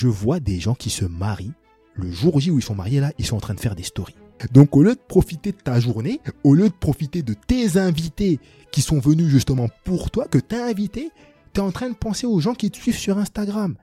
Je vois des gens qui se marient, le jour J où ils sont mariés là, ils sont en train de faire des stories. Donc au lieu de profiter de ta journée, au lieu de profiter de tes invités qui sont venus justement pour toi, que tu as invité, tu es en train de penser aux gens qui te suivent sur Instagram.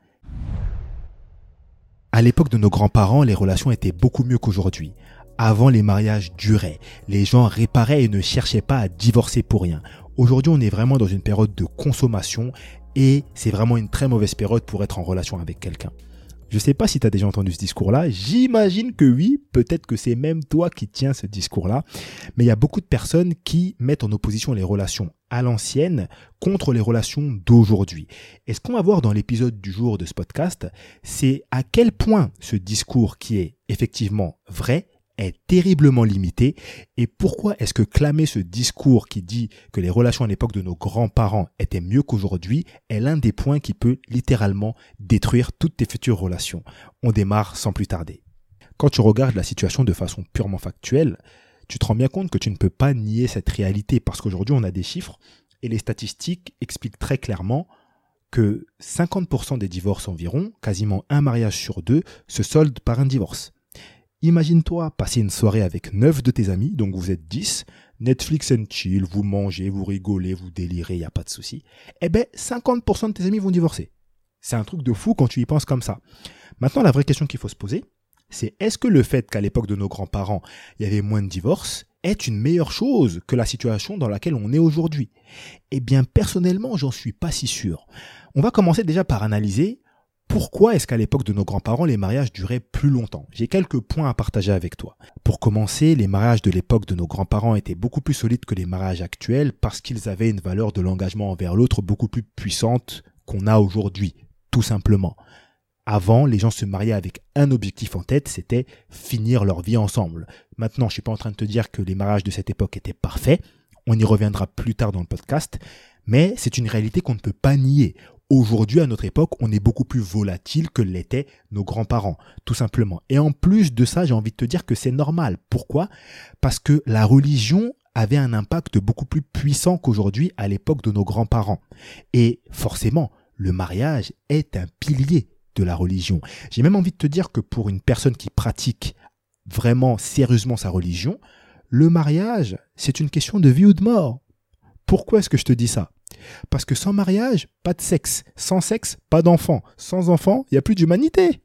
À l'époque de nos grands-parents, les relations étaient beaucoup mieux qu'aujourd'hui. Avant, les mariages duraient. Les gens réparaient et ne cherchaient pas à divorcer pour rien. Aujourd'hui, on est vraiment dans une période de consommation et c'est vraiment une très mauvaise période pour être en relation avec quelqu'un. Je ne sais pas si tu as déjà entendu ce discours-là. J'imagine que oui. Peut-être que c'est même toi qui tiens ce discours-là. Mais il y a beaucoup de personnes qui mettent en opposition les relations à l'ancienne contre les relations d'aujourd'hui. Et ce qu'on va voir dans l'épisode du jour de ce podcast, c'est à quel point ce discours qui est effectivement vrai est terriblement limité et pourquoi est-ce que clamer ce discours qui dit que les relations à l'époque de nos grands-parents étaient mieux qu'aujourd'hui est l'un des points qui peut littéralement détruire toutes tes futures relations. On démarre sans plus tarder. Quand tu regardes la situation de façon purement factuelle, tu te rends bien compte que tu ne peux pas nier cette réalité parce qu'aujourd'hui on a des chiffres et les statistiques expliquent très clairement que 50% des divorces environ, quasiment un mariage sur deux, se soldent par un divorce. Imagine-toi passer une soirée avec 9 de tes amis, donc vous êtes 10, Netflix and chill, vous mangez, vous rigolez, vous délirez, il n'y a pas de souci. Eh ben, 50% de tes amis vont divorcer. C'est un truc de fou quand tu y penses comme ça. Maintenant, la vraie question qu'il faut se poser, c'est est-ce que le fait qu'à l'époque de nos grands-parents, il y avait moins de divorces est une meilleure chose que la situation dans laquelle on est aujourd'hui? Eh bien, personnellement, j'en suis pas si sûr. On va commencer déjà par analyser pourquoi est-ce qu'à l'époque de nos grands-parents, les mariages duraient plus longtemps? J'ai quelques points à partager avec toi. Pour commencer, les mariages de l'époque de nos grands-parents étaient beaucoup plus solides que les mariages actuels parce qu'ils avaient une valeur de l'engagement envers l'autre beaucoup plus puissante qu'on a aujourd'hui, tout simplement. Avant, les gens se mariaient avec un objectif en tête, c'était finir leur vie ensemble. Maintenant, je suis pas en train de te dire que les mariages de cette époque étaient parfaits. On y reviendra plus tard dans le podcast. Mais c'est une réalité qu'on ne peut pas nier. Aujourd'hui, à notre époque, on est beaucoup plus volatile que l'étaient nos grands-parents, tout simplement. Et en plus de ça, j'ai envie de te dire que c'est normal. Pourquoi? Parce que la religion avait un impact beaucoup plus puissant qu'aujourd'hui à l'époque de nos grands-parents. Et forcément, le mariage est un pilier de la religion. J'ai même envie de te dire que pour une personne qui pratique vraiment sérieusement sa religion, le mariage, c'est une question de vie ou de mort. Pourquoi est-ce que je te dis ça? Parce que sans mariage, pas de sexe. Sans sexe, pas d'enfant. Sans enfant, il n'y a plus d'humanité.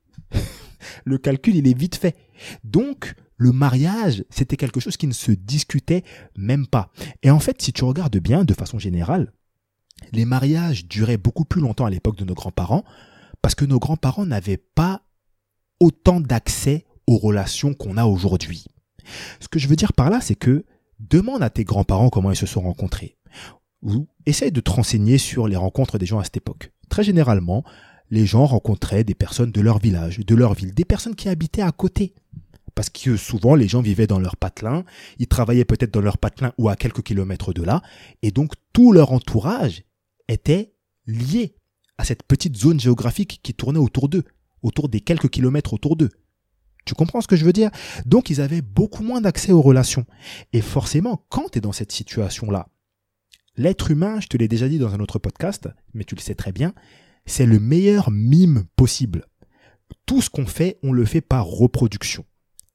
Le calcul, il est vite fait. Donc, le mariage, c'était quelque chose qui ne se discutait même pas. Et en fait, si tu regardes bien, de façon générale, les mariages duraient beaucoup plus longtemps à l'époque de nos grands-parents parce que nos grands-parents n'avaient pas autant d'accès aux relations qu'on a aujourd'hui. Ce que je veux dire par là, c'est que demande à tes grands-parents comment ils se sont rencontrés. Ou essaye de te renseigner sur les rencontres des gens à cette époque. Très généralement, les gens rencontraient des personnes de leur village, de leur ville, des personnes qui habitaient à côté. Parce que souvent, les gens vivaient dans leur patelin, ils travaillaient peut-être dans leur patelin ou à quelques kilomètres de là, et donc tout leur entourage était lié à cette petite zone géographique qui tournait autour d'eux, autour des quelques kilomètres autour d'eux. Tu comprends ce que je veux dire? Donc, ils avaient beaucoup moins d'accès aux relations. Et forcément, quand tu es dans cette situation-là, l'être humain, je te l'ai déjà dit dans un autre podcast, mais tu le sais très bien, c'est le meilleur mime possible. Tout ce qu'on fait, on le fait par reproduction.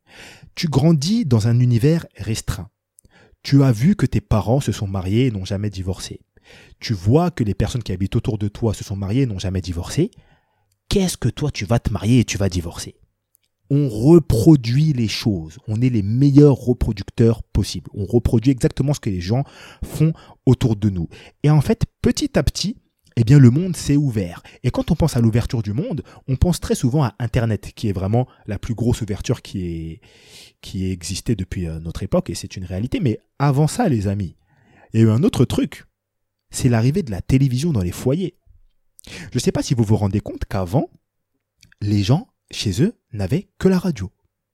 Tu grandis dans un univers restreint. Tu as vu que tes parents se sont mariés et n'ont jamais divorcé. Tu vois que les personnes qui habitent autour de toi se sont mariées et n'ont jamais divorcé. Qu'est-ce que toi, tu vas te marier et tu vas divorcer? On reproduit les choses. On est les meilleurs reproducteurs possibles. On reproduit exactement ce que les gens font autour de nous. Et en fait, petit à petit, eh bien, le monde s'est ouvert. Et quand on pense à l'ouverture du monde, on pense très souvent à Internet, qui est vraiment la plus grosse ouverture qui ait existé depuis notre époque. Et c'est une réalité. Mais avant ça, les amis, il y a eu un autre truc. C'est l'arrivée de la télévision dans les foyers. Je ne sais pas si vous vous rendez compte qu'avant, les gens, chez eux, n'avaient que la radio.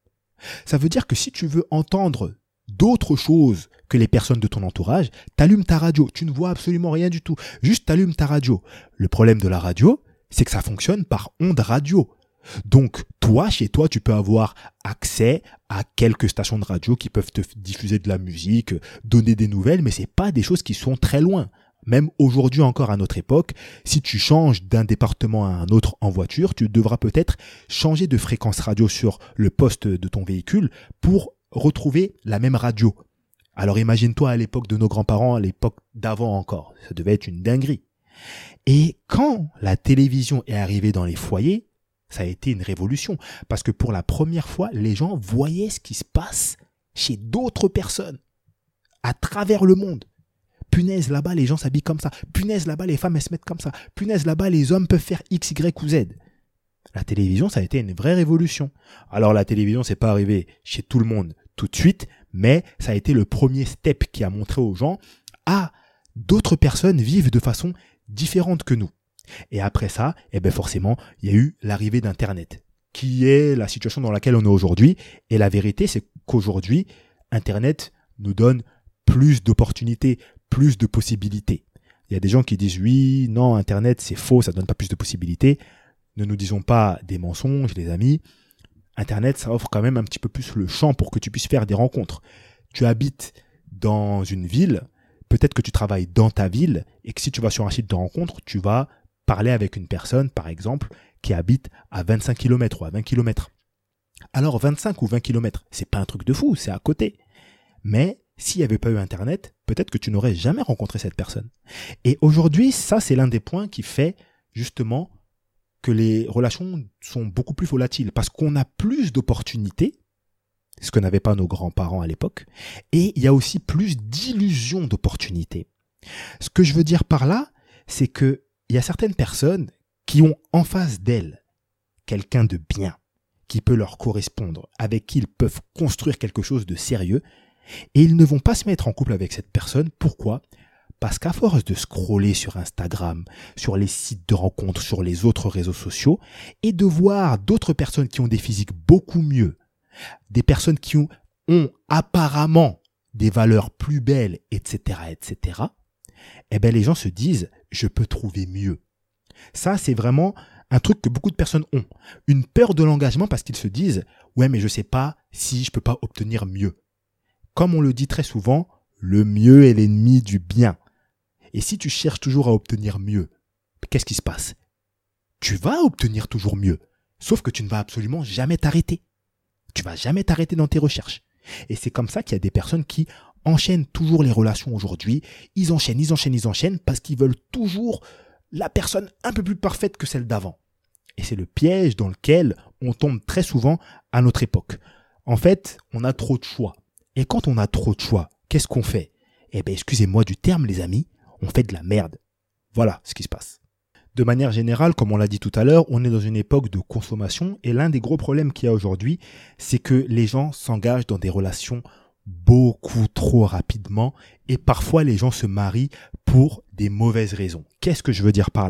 Ça veut dire que si tu veux entendre d'autres choses que les personnes de ton entourage, t'allumes ta radio. Tu ne vois absolument rien du tout. Juste t'allumes ta radio. Le problème de la radio, c'est que ça fonctionne par ondes radio. Donc, toi, chez toi, tu peux avoir accès à quelques stations de radio qui peuvent te diffuser de la musique, donner des nouvelles, mais c'est pas des choses qui sont très loin. Même aujourd'hui encore à notre époque, si tu changes d'un département à un autre en voiture, tu devras peut-être changer de fréquence radio sur le poste de ton véhicule pour retrouver la même radio. Alors imagine-toi à l'époque de nos grands-parents, à l'époque d'avant encore. Ça devait être une dinguerie. Et quand la télévision est arrivée dans les foyers, ça a été une révolution. Parce que pour la première fois, les gens voyaient ce qui se passe chez d'autres personnes, à travers le monde. Punaise, là-bas, les gens s'habillent comme ça. Punaise, là-bas, les femmes, elles se mettent comme ça. Punaise, là-bas, les hommes peuvent faire X, Y ou Z. La télévision, ça a été une vraie révolution. Alors, la télévision, c'est pas arrivé chez tout le monde tout de suite, mais ça a été le premier step qui a montré aux gens, d'autres personnes vivent de façon différente que nous. Et après ça, forcément, il y a eu l'arrivée d'Internet, qui est la situation dans laquelle on est aujourd'hui. Et la vérité, c'est qu'aujourd'hui, Internet nous donne plus d'opportunités, plus de possibilités. Il y a des gens qui disent oui, non, Internet c'est faux, ça donne pas plus de possibilités. Ne nous disons pas des mensonges, les amis. Internet, ça offre quand même un petit peu plus le champ pour que tu puisses faire des rencontres. Tu habites dans une ville, peut-être que tu travailles dans ta ville et que si tu vas sur un site de rencontre, tu vas parler avec une personne, par exemple, qui habite à 25 km ou à 20 km. Alors 25 ou 20 km, c'est pas un truc de fou, c'est à côté. Mais s'il n'y avait pas eu Internet, peut-être que tu n'aurais jamais rencontré cette personne. Et aujourd'hui, ça, c'est l'un des points qui fait justement que les relations sont beaucoup plus volatiles parce qu'on a plus d'opportunités, ce que n'avaient pas nos grands-parents à l'époque, et il y a aussi plus d'illusions d'opportunités. Ce que je veux dire par là, c'est qu'il y a certaines personnes qui ont en face d'elles quelqu'un de bien, qui peut leur correspondre, avec qui ils peuvent construire quelque chose de sérieux, et ils ne vont pas se mettre en couple avec cette personne. Pourquoi ? Parce qu'à force de scroller sur Instagram, sur les sites de rencontres, sur les autres réseaux sociaux, et de voir d'autres personnes qui ont des physiques beaucoup mieux, des personnes qui ont apparemment des valeurs plus belles, etc., etc., les gens se disent « je peux trouver mieux ». Ça, c'est vraiment un truc que beaucoup de personnes ont. Une peur de l'engagement parce qu'ils se disent « ouais, mais je sais pas si je peux pas obtenir mieux ». Comme on le dit très souvent, le mieux est l'ennemi du bien. Et si tu cherches toujours à obtenir mieux, qu'est-ce qui se passe ? Tu vas obtenir toujours mieux, sauf que tu ne vas absolument jamais t'arrêter. Tu vas jamais t'arrêter dans tes recherches. Et c'est comme ça qu'il y a des personnes qui enchaînent toujours les relations aujourd'hui. Ils enchaînent parce qu'ils veulent toujours la personne un peu plus parfaite que celle d'avant. Et c'est le piège dans lequel on tombe très souvent à notre époque. En fait, on a trop de choix. Et quand on a trop de choix, qu'est-ce qu'on fait ? Excusez-moi du terme, les amis, on fait de la merde. Voilà ce qui se passe. De manière générale, comme on l'a dit tout à l'heure, on est dans une époque de consommation et l'un des gros problèmes qu'il y a aujourd'hui, c'est que les gens s'engagent dans des relations beaucoup trop rapidement et parfois les gens se marient pour des mauvaises raisons. Qu'est-ce que je veux dire par là ?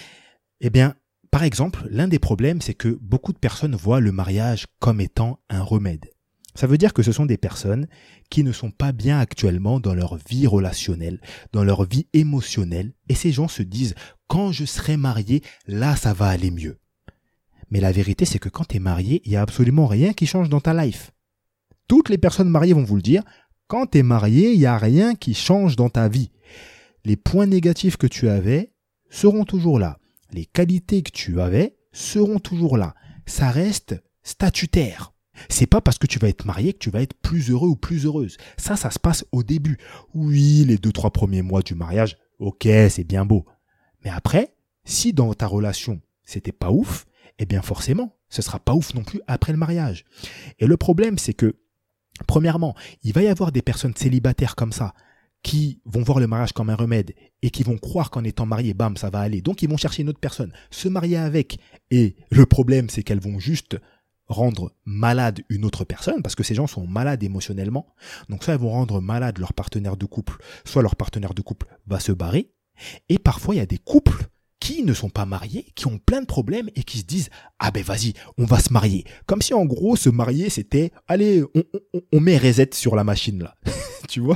Par exemple, l'un des problèmes, c'est que beaucoup de personnes voient le mariage comme étant un remède. Ça veut dire que ce sont des personnes qui ne sont pas bien actuellement dans leur vie relationnelle, dans leur vie émotionnelle. Et ces gens se disent, quand je serai marié, là, ça va aller mieux. Mais la vérité, c'est que quand tu es marié, il n'y a absolument rien qui change dans ta life. Toutes les personnes mariées vont vous le dire, quand tu es marié, il n'y a rien qui change dans ta vie. Les points négatifs que tu avais seront toujours là. Les qualités que tu avais seront toujours là. Ça reste statutaire. C'est pas parce que tu vas être marié que tu vas être plus heureux ou plus heureuse. Ça se passe au début. Oui, les 2-3 premiers mois du mariage, ok, c'est bien beau. Mais après, si dans ta relation, c'était pas ouf, forcément, ce sera pas ouf non plus après le mariage. Et le problème, c'est que, premièrement, il va y avoir des personnes célibataires comme ça, qui vont voir le mariage comme un remède et qui vont croire qu'en étant mariés, bam, ça va aller. Donc, ils vont chercher une autre personne, se marier avec. Et le problème, c'est qu'elles vont juste rendre malade une autre personne parce que ces gens sont malades émotionnellement. Donc soit ils vont rendre malade leur partenaire de couple, soit leur partenaire de couple va se barrer. Et parfois il y a des couples qui ne sont pas mariés, qui ont plein de problèmes et qui se disent « Ah ben vas-y, on va se marier ». Comme si en gros se marier c'était « Allez, on met reset sur la machine là ». Tu vois,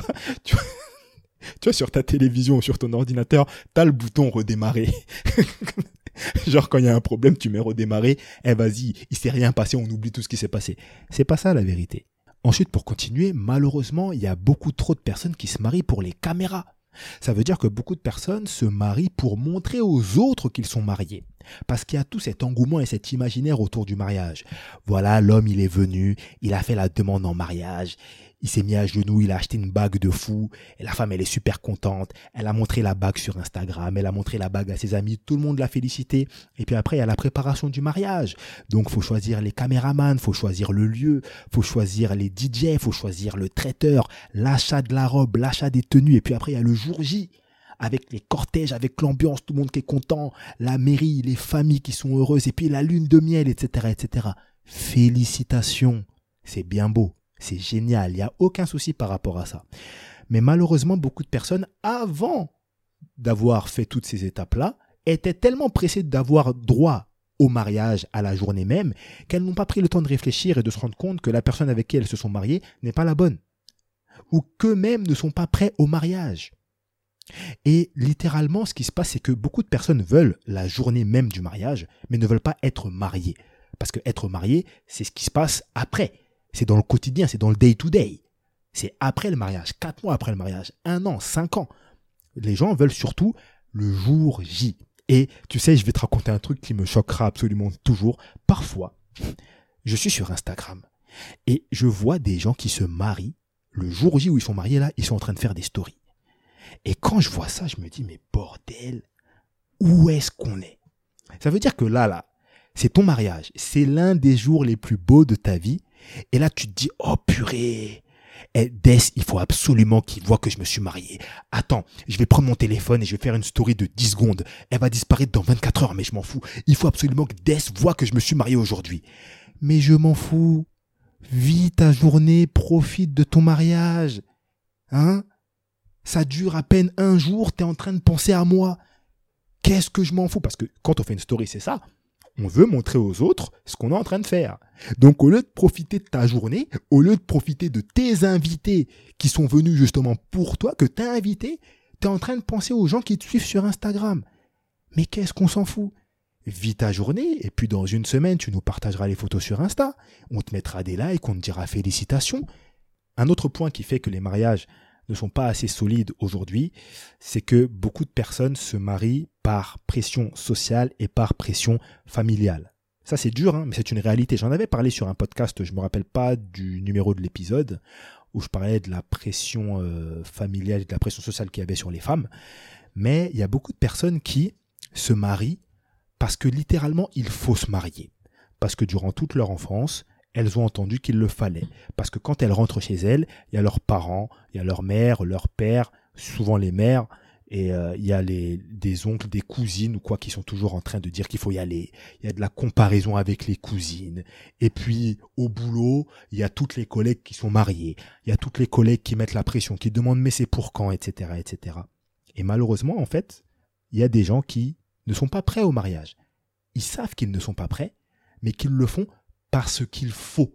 sur ta télévision ou sur ton ordinateur, t'as le bouton redémarrer. Genre quand il y a un problème, tu mets redémarrer, vas-y, il s'est rien passé, on oublie tout ce qui s'est passé. C'est pas ça la vérité. Ensuite, pour continuer, malheureusement, il y a beaucoup trop de personnes qui se marient pour les caméras. Ça veut dire que beaucoup de personnes se marient pour montrer aux autres qu'ils sont mariés. Parce qu'il y a tout cet engouement et cet imaginaire autour du mariage. Voilà, l'homme, il est venu, il a fait la demande en mariage, il s'est mis à genoux, il a acheté une bague de fou, et la femme, elle est super contente, elle a montré la bague sur Instagram, elle a montré la bague à ses amis, tout le monde l'a félicité. Et puis après, il y a la préparation du mariage. Donc, faut choisir les caméramans, faut choisir le lieu, faut choisir les DJ, faut choisir le traiteur, l'achat de la robe, l'achat des tenues, et puis après, il y a le jour J. Avec les cortèges, avec l'ambiance, tout le monde qui est content, la mairie, les familles qui sont heureuses, et puis la lune de miel, etc., etc. Félicitations, c'est bien beau, c'est génial, il n'y a aucun souci par rapport à ça. Mais malheureusement, beaucoup de personnes, avant d'avoir fait toutes ces étapes-là, étaient tellement pressées d'avoir droit au mariage à la journée même, qu'elles n'ont pas pris le temps de réfléchir et de se rendre compte que la personne avec qui elles se sont mariées n'est pas la bonne. Ou qu'eux-mêmes ne sont pas prêts au mariage. Et littéralement, ce qui se passe, c'est que beaucoup de personnes veulent la journée même du mariage, mais ne veulent pas être mariées. Parce que être marié, c'est ce qui se passe après. C'est dans le quotidien, c'est dans le day-to-day. C'est après le mariage, 4 mois après le mariage, 1 an, 5 ans. Les gens veulent surtout le jour J. Et tu sais, je vais te raconter un truc qui me choquera absolument toujours. Parfois, je suis sur Instagram et je vois des gens qui se marient. Le jour J où ils sont mariés, là, ils sont en train de faire des stories. Et quand je vois ça, je me dis, mais bordel, où est-ce qu'on est? Ça veut dire que là, c'est ton mariage. C'est l'un des jours les plus beaux de ta vie. Et là, tu te dis, oh purée, Dess, il faut absolument qu'il voit que je me suis marié. Attends, je vais prendre mon téléphone et je vais faire une story de 10 secondes. Elle va disparaître dans 24 heures, mais je m'en fous. Il faut absolument que Dess voit que je me suis marié aujourd'hui. Mais je m'en fous. Vis ta journée, profite de ton mariage. Hein? Ça dure à peine 1 jour, t'es en train de penser à moi. Qu'est-ce que je m'en fous? Parce que quand on fait une story, c'est ça. On veut montrer aux autres ce qu'on est en train de faire. Donc, au lieu de profiter de ta journée, au lieu de profiter de tes invités qui sont venus justement pour toi, que t'as invité, t'es en train de penser aux gens qui te suivent sur Instagram. Mais qu'est-ce qu'on s'en fout? Vis ta journée et puis dans 1 semaine, tu nous partageras les photos sur Insta. On te mettra des likes, on te dira félicitations. Un autre point qui fait que les mariages ne sont pas assez solides aujourd'hui, c'est que beaucoup de personnes se marient par pression sociale et par pression familiale. Ça, c'est dur, hein, mais c'est une réalité. J'en avais parlé sur un podcast, je ne me rappelle pas du numéro de l'épisode, où je parlais de la pression familiale et de la pression sociale qu'il y avait sur les femmes. Mais il y a beaucoup de personnes qui se marient parce que littéralement, il faut se marier. Parce que durant toute leur enfance, elles ont entendu qu'il le fallait. Parce que quand elles rentrent chez elles, il y a leurs parents, il y a leur mère, leur père, souvent les mères, et il y a des oncles, des cousines ou quoi qui sont toujours en train de dire qu'il faut y aller. Il y a de la comparaison avec les cousines. Et puis, au boulot, il y a toutes les collègues qui sont mariées. Il y a toutes les collègues qui mettent la pression, qui demandent mais c'est pour quand, etc., etc. Et malheureusement, en fait, il y a des gens qui ne sont pas prêts au mariage. Ils savent qu'ils ne sont pas prêts, mais qu'ils le font parce qu'il faut.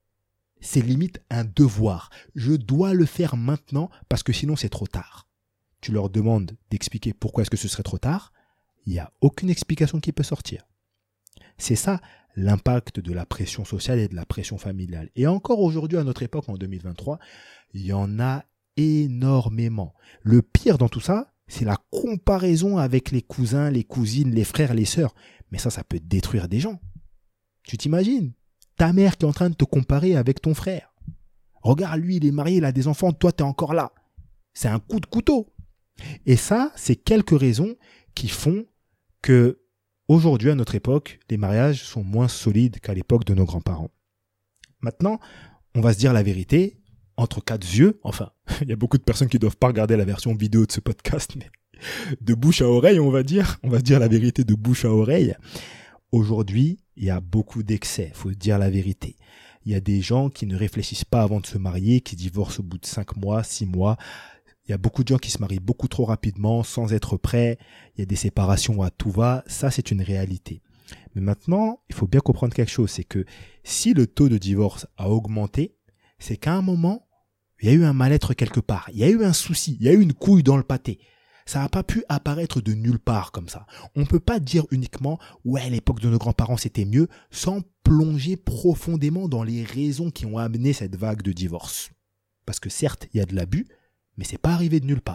C'est limite un devoir. Je dois le faire maintenant parce que sinon c'est trop tard. Tu leur demandes d'expliquer pourquoi est-ce que ce serait trop tard. Il n'y a aucune explication qui peut sortir. C'est ça l'impact de la pression sociale et de la pression familiale. Et encore aujourd'hui, à notre époque, en 2023, il y en a énormément. Le pire dans tout ça, c'est la comparaison avec les cousins, les cousines, les frères, les sœurs. Mais ça peut détruire des gens. Tu t'imagines? Ta mère qui est en train de te comparer avec ton frère. Regarde, lui, il est marié, il a des enfants, toi, t'es encore là. C'est un coup de couteau. Et ça, c'est quelques raisons qui font que, aujourd'hui, à notre époque, les mariages sont moins solides qu'à l'époque de nos grands-parents. Maintenant, on va se dire la vérité, entre 4 yeux, enfin, il y a beaucoup de personnes qui ne doivent pas regarder la version vidéo de ce podcast, mais de bouche à oreille, on va se dire la vérité de bouche à oreille. Aujourd'hui, il y a beaucoup d'excès, il faut dire la vérité. Il y a des gens qui ne réfléchissent pas avant de se marier, qui divorcent au bout de 5 mois, 6 mois. Il y a beaucoup de gens qui se marient beaucoup trop rapidement, sans être prêts. Il y a des séparations à tout va. Ça, c'est une réalité. Mais maintenant, il faut bien comprendre quelque chose. C'est que si le taux de divorce a augmenté, c'est qu'à un moment, il y a eu un mal-être quelque part. Il y a eu un souci. Il y a eu une couille dans le pâté. Ça n'a pas pu apparaître de nulle part comme ça. On ne peut pas dire uniquement « ouais, à l'époque de nos grands-parents, c'était mieux » sans plonger profondément dans les raisons qui ont amené cette vague de divorce. Parce que certes, il y a de l'abus, mais c'est pas arrivé de nulle part.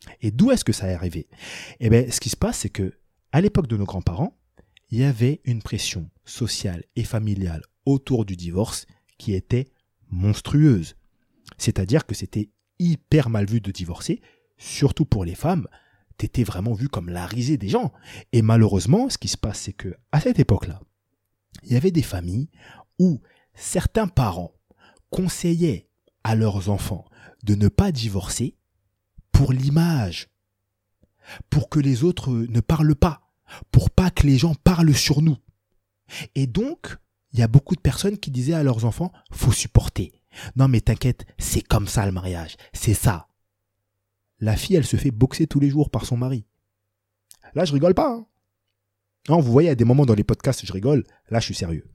Et d'où est-ce que ça est arrivé? Eh bien, ce qui se passe, c'est que à l'époque de nos grands-parents, il y avait une pression sociale et familiale autour du divorce qui était monstrueuse. C'est-à-dire que c'était hyper mal vu de divorcer, surtout pour les femmes. T'étais vraiment vu comme la risée des gens. Et malheureusement, ce qui se passe, c'est que à cette époque-là, il y avait des familles où certains parents conseillaient à leurs enfants de ne pas divorcer pour l'image, pour que les autres ne parlent pas, pour pas que les gens parlent sur nous. Et donc, il y a beaucoup de personnes qui disaient à leurs enfants, faut supporter. Non mais t'inquiète, c'est comme ça le mariage, c'est ça. La fille, elle se fait boxer tous les jours par son mari. Là, je rigole pas. Hein. Non, vous voyez, à des moments dans les podcasts, je rigole. Là, je suis sérieux.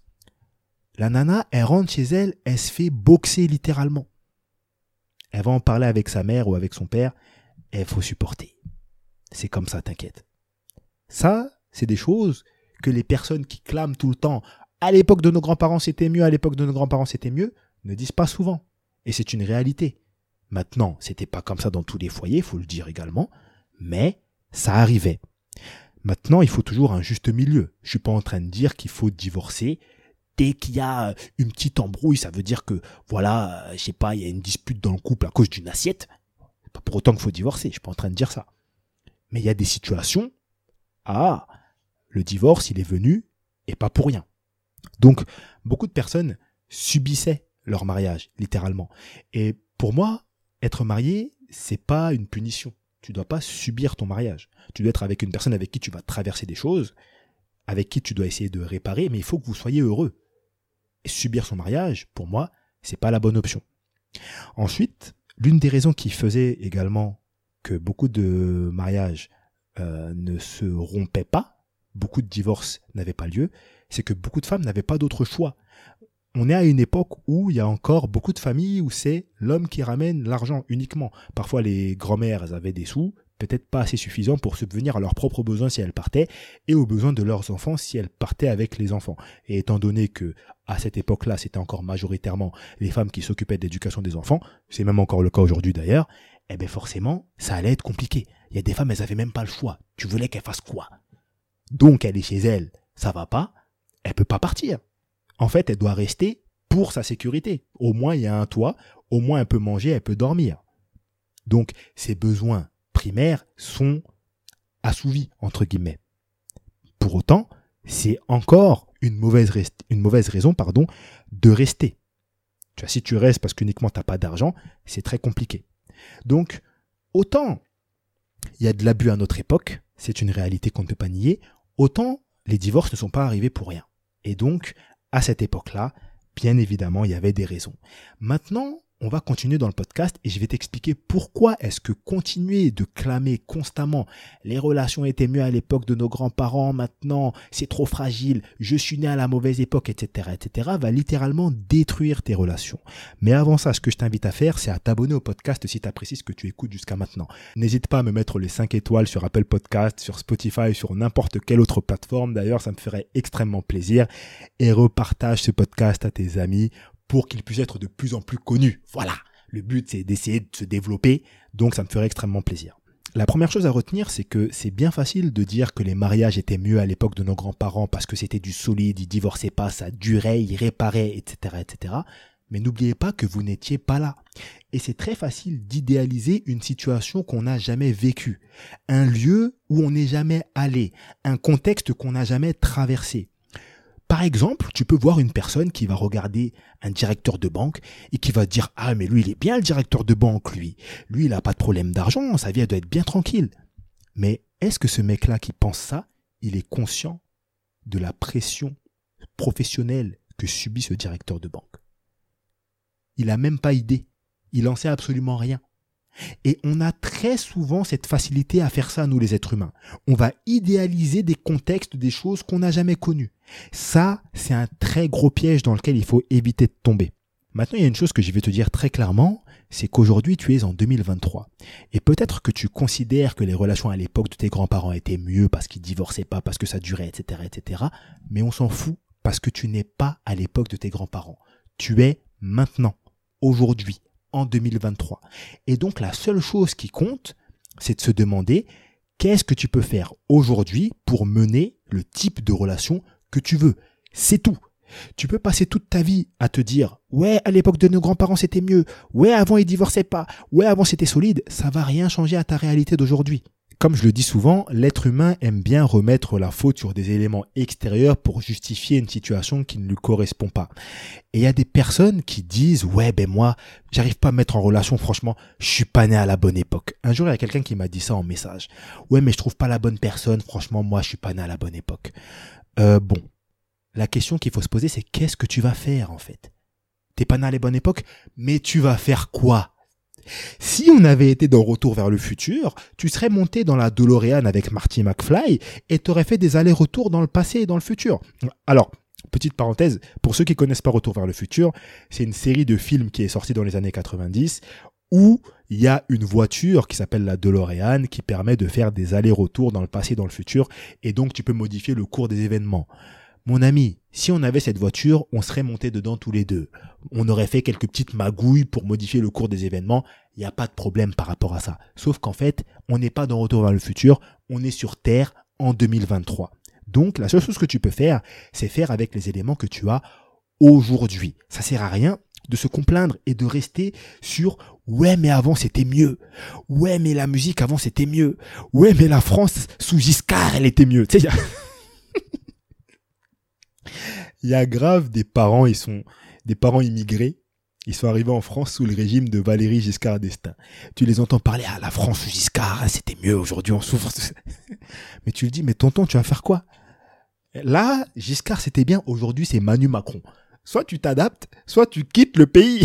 La nana, elle rentre chez elle, elle se fait boxer littéralement. Elle va en parler avec sa mère ou avec son père. Et il faut supporter. C'est comme ça, t'inquiète. Ça, c'est des choses que les personnes qui clament tout le temps « à l'époque de nos grands-parents, c'était mieux, à l'époque de nos grands-parents, c'était mieux » ne disent pas souvent. Et c'est une réalité. Maintenant, c'était pas comme ça dans tous les foyers, il faut le dire également, mais ça arrivait. Maintenant, il faut toujours un juste milieu. Je suis pas en train de dire qu'il faut divorcer. Dès qu'il y a une petite embrouille, ça veut dire que, voilà, je sais pas, il y a une dispute dans le couple à cause d'une assiette. C'est pas pour autant qu'il faut divorcer, je suis pas en train de dire ça. Mais il y a des situations, le divorce, il est venu, et pas pour rien. Donc, beaucoup de personnes subissaient leur mariage, littéralement. Et pour moi, être marié, c'est pas une punition. Tu dois pas subir ton mariage. Tu dois être avec une personne avec qui tu vas traverser des choses, avec qui tu dois essayer de réparer, mais il faut que vous soyez heureux. Et subir son mariage, pour moi, c'est pas la bonne option. Ensuite, l'une des raisons qui faisait également que beaucoup de mariages ne se rompaient pas, beaucoup de divorces n'avaient pas lieu, c'est que beaucoup de femmes n'avaient pas d'autre choix. On est à une époque où il y a encore beaucoup de familles où c'est l'homme qui ramène l'argent uniquement. Parfois, les grand-mères, elles avaient des sous, peut-être pas assez suffisants pour subvenir à leurs propres besoins si elles partaient, et aux besoins de leurs enfants si elles partaient avec les enfants. Et étant donné que à cette époque-là, c'était encore majoritairement les femmes qui s'occupaient de l'éducation des enfants, c'est même encore le cas aujourd'hui d'ailleurs, eh bien forcément, ça allait être compliqué. Il y a des femmes, elles avaient même pas le choix. Tu voulais qu'elles fassent quoi? Donc, elle est chez elle, ça va pas, elle peut pas partir. En fait, elle doit rester pour sa sécurité. Au moins, il y a un toit, au moins elle peut manger, elle peut dormir. Donc, ses besoins primaires sont assouvis, entre guillemets. Pour autant, c'est encore une mauvaise raison de rester. Tu vois, si tu restes parce qu'uniquement tu n'as pas d'argent, c'est très compliqué. Donc, autant il y a de l'abus à notre époque, c'est une réalité qu'on ne peut pas nier, autant les divorces ne sont pas arrivés pour rien. Et donc, à cette époque-là, bien évidemment, il y avait des raisons. Maintenant, on va continuer dans le podcast et je vais t'expliquer pourquoi est-ce que continuer de clamer constamment les relations étaient mieux à l'époque de nos grands-parents, maintenant c'est trop fragile, je suis né à la mauvaise époque, etc., va littéralement détruire tes relations. Mais avant ça, ce que je t'invite à faire, c'est à t'abonner au podcast si tu apprécies ce que tu écoutes jusqu'à maintenant. N'hésite pas à me mettre les 5 étoiles sur Apple Podcast, sur Spotify, sur n'importe quelle autre plateforme. D'ailleurs, ça me ferait extrêmement plaisir. Et repartage ce podcast à tes amis pour qu'il puisse être de plus en plus connu. Voilà, le but c'est d'essayer de se développer, donc ça me ferait extrêmement plaisir. La première chose à retenir, c'est que c'est bien facile de dire que les mariages étaient mieux à l'époque de nos grands-parents parce que c'était du solide, ils divorçaient pas, ça durait, ils réparaient, etc. Mais n'oubliez pas que vous n'étiez pas là. Et c'est très facile d'idéaliser une situation qu'on n'a jamais vécue, un lieu où on n'est jamais allé, un contexte qu'on n'a jamais traversé. Par exemple, tu peux voir une personne qui va regarder un directeur de banque et qui va dire « Ah, mais lui, il est bien le directeur de banque, lui. Lui, il n'a pas de problème d'argent, sa vie, elle doit être bien tranquille. » Mais est-ce que ce mec-là qui pense ça, il est conscient de la pression professionnelle que subit ce directeur de banque? Il n'a même pas idée. Il n'en sait absolument rien. Et on a très souvent cette facilité à faire ça, nous les êtres humains. On va idéaliser des contextes, des choses qu'on n'a jamais connues. Ça, c'est un très gros piège dans lequel il faut éviter de tomber. Maintenant, il y a une chose que je vais te dire très clairement, c'est qu'aujourd'hui, tu es en 2023. Et peut-être que tu considères que les relations à l'époque de tes grands-parents étaient mieux parce qu'ils divorçaient pas, parce que ça durait, etc. Mais on s'en fout parce que tu n'es pas à l'époque de tes grands-parents. Tu es maintenant, aujourd'hui, en 2023. Et donc, la seule chose qui compte, c'est de se demander qu'est-ce que tu peux faire aujourd'hui pour mener le type de relation que tu veux. C'est tout. Tu peux passer toute ta vie à te dire « Ouais, à l'époque de nos grands-parents, c'était mieux. Ouais, avant, ils divorçaient pas. Ouais, avant, c'était solide. » Ça va rien changer à ta réalité d'aujourd'hui. Comme je le dis souvent, l'être humain aime bien remettre la faute sur des éléments extérieurs pour justifier une situation qui ne lui correspond pas. Et il y a des personnes qui disent « Ouais, moi, j'arrive pas à me mettre en relation, franchement, je suis pas né à la bonne époque. » Un jour, il y a quelqu'un qui m'a dit ça en message. « Ouais, mais je trouve pas la bonne personne, franchement, moi, je suis pas né à la bonne époque. » Bon, la question qu'il faut se poser, c'est qu'est-ce que tu vas faire en fait? T'es pas né à la bonne époque, mais tu vas faire quoi? Si on avait été dans Retour vers le futur, tu serais monté dans la DeLorean avec Marty McFly et t'aurais fait des allers-retours dans le passé et dans le futur. Alors, petite parenthèse, pour ceux qui connaissent pas Retour vers le futur, c'est une série de films qui est sortie dans les années 90 où il y a une voiture qui s'appelle la DeLorean qui permet de faire des allers-retours dans le passé et dans le futur et donc tu peux modifier le cours des événements. Mon ami, si on avait cette voiture, on serait montés dedans tous les deux. On aurait fait quelques petites magouilles pour modifier le cours des événements. Il n'y a pas de problème par rapport à ça. Sauf qu'en fait, on n'est pas dans Retour vers le futur. On est sur Terre en 2023. Donc, la seule chose que tu peux faire, c'est faire avec les éléments que tu as aujourd'hui. Ça sert à rien de se complaindre et de rester sur « Ouais, mais avant, c'était mieux. Ouais, mais la musique avant, c'était mieux. Ouais, mais la France sous Giscard, elle était mieux. » Tu sais, il y a grave des parents, ils sont des parents immigrés. Ils sont arrivés en France sous le régime de Valéry Giscard d'Estaing. Tu les entends parler, ah, la France sous Giscard, c'était mieux, aujourd'hui on souffre. Mais tu lui dis, mais tonton, tu vas faire quoi? Là, Giscard, c'était bien, aujourd'hui c'est Manu Macron. Soit tu t'adaptes, soit tu quittes le pays.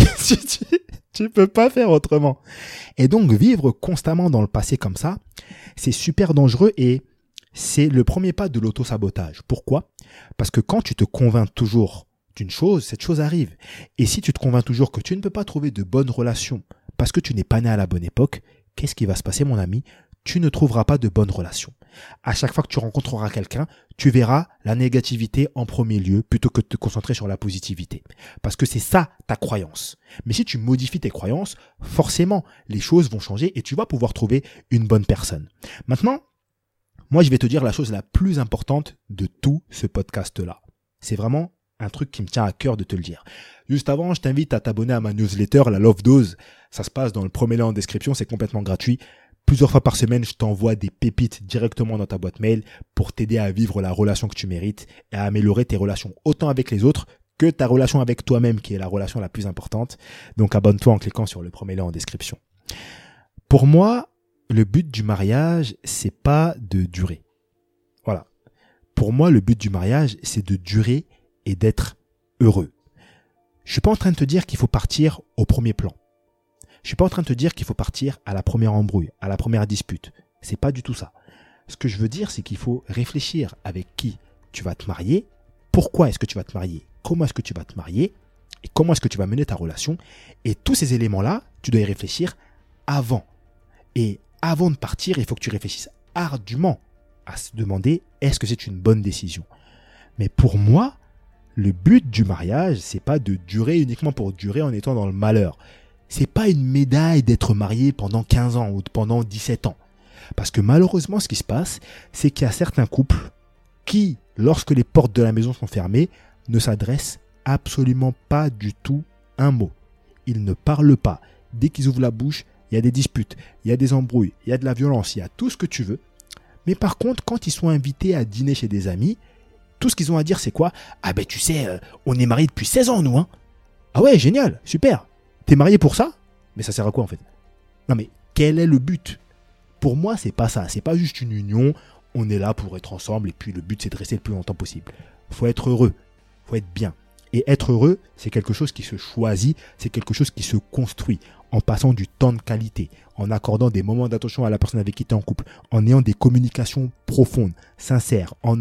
Tu peux pas faire autrement. Et donc, vivre constamment dans le passé comme ça, c'est super dangereux et c'est le premier pas de l'auto-sabotage. Pourquoi? Parce que quand tu te convaincs toujours d'une chose, cette chose arrive. Et si tu te convaincs toujours que tu ne peux pas trouver de bonnes relations parce que tu n'es pas né à la bonne époque, qu'est-ce qui va se passer, mon ami? Tu ne trouveras pas de bonnes relations. À chaque fois que tu rencontreras quelqu'un, tu verras la négativité en premier lieu plutôt que de te concentrer sur la positivité. Parce que c'est ça ta croyance. Mais si tu modifies tes croyances, forcément, les choses vont changer et tu vas pouvoir trouver une bonne personne. Maintenant, moi, je vais te dire la chose la plus importante de tout ce podcast-là. C'est vraiment un truc qui me tient à cœur de te le dire. Juste avant, je t'invite à t'abonner à ma newsletter, la Love Dose. Ça se passe dans le premier lien en description, c'est complètement gratuit. Plusieurs fois par semaine, je t'envoie des pépites directement dans ta boîte mail pour t'aider à vivre la relation que tu mérites et à améliorer tes relations autant avec les autres que ta relation avec toi-même qui est la relation la plus importante. Donc abonne-toi en cliquant sur le premier lien en description. Pour moi, le but du mariage, c'est pas de durer. Voilà. Pour moi, le but du mariage, c'est de durer et d'être heureux. Je suis pas en train de te dire qu'il faut partir au premier plan. Je suis pas en train de te dire qu'il faut partir à la première embrouille, à la première dispute. C'est pas du tout ça. Ce que je veux dire, c'est qu'il faut réfléchir avec qui tu vas te marier, pourquoi est-ce que tu vas te marier, comment est-ce que tu vas te marier, et comment est-ce que tu vas mener ta relation. Et tous ces éléments-là, tu dois y réfléchir avant. Et avant de partir, il faut que tu réfléchisses ardument à se demander est-ce que c'est une bonne décision. Mais pour moi, le but du mariage, c'est pas de durer uniquement pour durer en étant dans le malheur. C'est pas une médaille d'être marié pendant 15 ans ou pendant 17 ans. Parce que malheureusement, ce qui se passe, c'est qu'il y a certains couples qui, lorsque les portes de la maison sont fermées, ne s'adressent absolument pas du tout un mot. Ils ne parlent pas. Dès qu'ils ouvrent la bouche, il y a des disputes, il y a des embrouilles, il y a de la violence, il y a tout ce que tu veux. Mais par contre, quand ils sont invités à dîner chez des amis, tout ce qu'ils ont à dire, c'est quoi? Ah ben tu sais, on est mariés depuis 16 ans, nous, hein. Ah ouais, génial, super. T'es marié pour ça? Mais ça sert à quoi, en fait? Non mais, quel est le but? Pour moi, c'est pas ça. C'est pas juste une union, on est là pour être ensemble, et puis le but, c'est de rester le plus longtemps possible. Faut être heureux, faut être bien. Et être heureux, c'est quelque chose qui se choisit, c'est quelque chose qui se construit en passant du temps de qualité, en accordant des moments d'attention à la personne avec qui tu es en couple, en ayant des communications profondes, sincères, en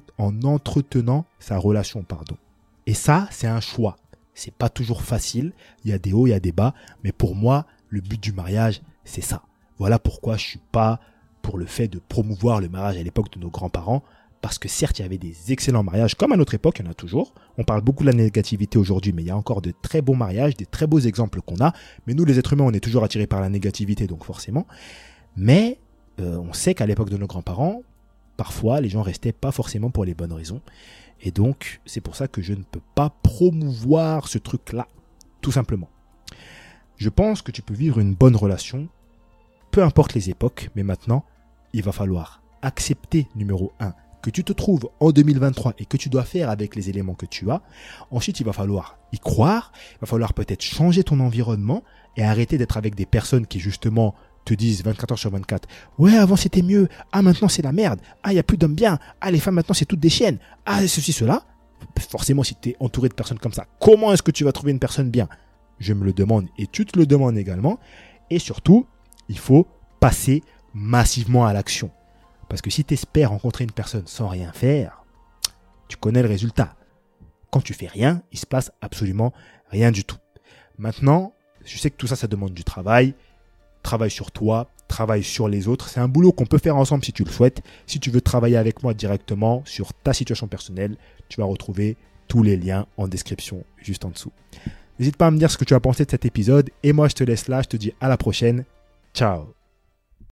entretenant sa relation, pardon. Et ça, c'est un choix. C'est pas toujours facile, il y a des hauts, il y a des bas, mais pour moi, le but du mariage, c'est ça. Voilà pourquoi je suis pas pour le fait de promouvoir le mariage à l'époque de nos grands-parents, parce que certes, il y avait des excellents mariages, comme à notre époque, il y en a toujours. On parle beaucoup de la négativité aujourd'hui, mais il y a encore de très beaux mariages, des très beaux exemples qu'on a. Mais nous, les êtres humains, on est toujours attirés par la négativité, donc forcément. Mais on sait qu'à l'époque de nos grands-parents, parfois les gens restaient pas forcément pour les bonnes raisons. Et donc, c'est pour ça que je ne peux pas promouvoir ce truc-là, tout simplement. Je pense que tu peux vivre une bonne relation, peu importe les époques, mais maintenant, il va falloir accepter, numéro 1, que tu te trouves en 2023 et que tu dois faire avec les éléments que tu as. Ensuite, il va falloir y croire, il va falloir peut-être changer ton environnement et arrêter d'être avec des personnes qui justement te disent 24 heures sur 24, ouais, avant c'était mieux, ah maintenant c'est la merde, ah il n'y a plus d'hommes bien, ah les femmes maintenant c'est toutes des chiennes, ah ceci, cela. Forcément, si tu es entouré de personnes comme ça, comment est-ce que tu vas trouver une personne bien? Je me le demande et tu te le demandes également. Et surtout, il faut passer massivement à l'action. Parce que si tu espères rencontrer une personne sans rien faire, tu connais le résultat. Quand tu fais rien, il se passe absolument rien du tout. Maintenant, je sais que tout ça, ça demande du travail. Travaille sur toi, travaille sur les autres. C'est un boulot qu'on peut faire ensemble si tu le souhaites. Si tu veux travailler avec moi directement sur ta situation personnelle, tu vas retrouver tous les liens en description juste en dessous. N'hésite pas à me dire ce que tu as pensé de cet épisode. Et moi, je te laisse là. Je te dis à la prochaine. Ciao.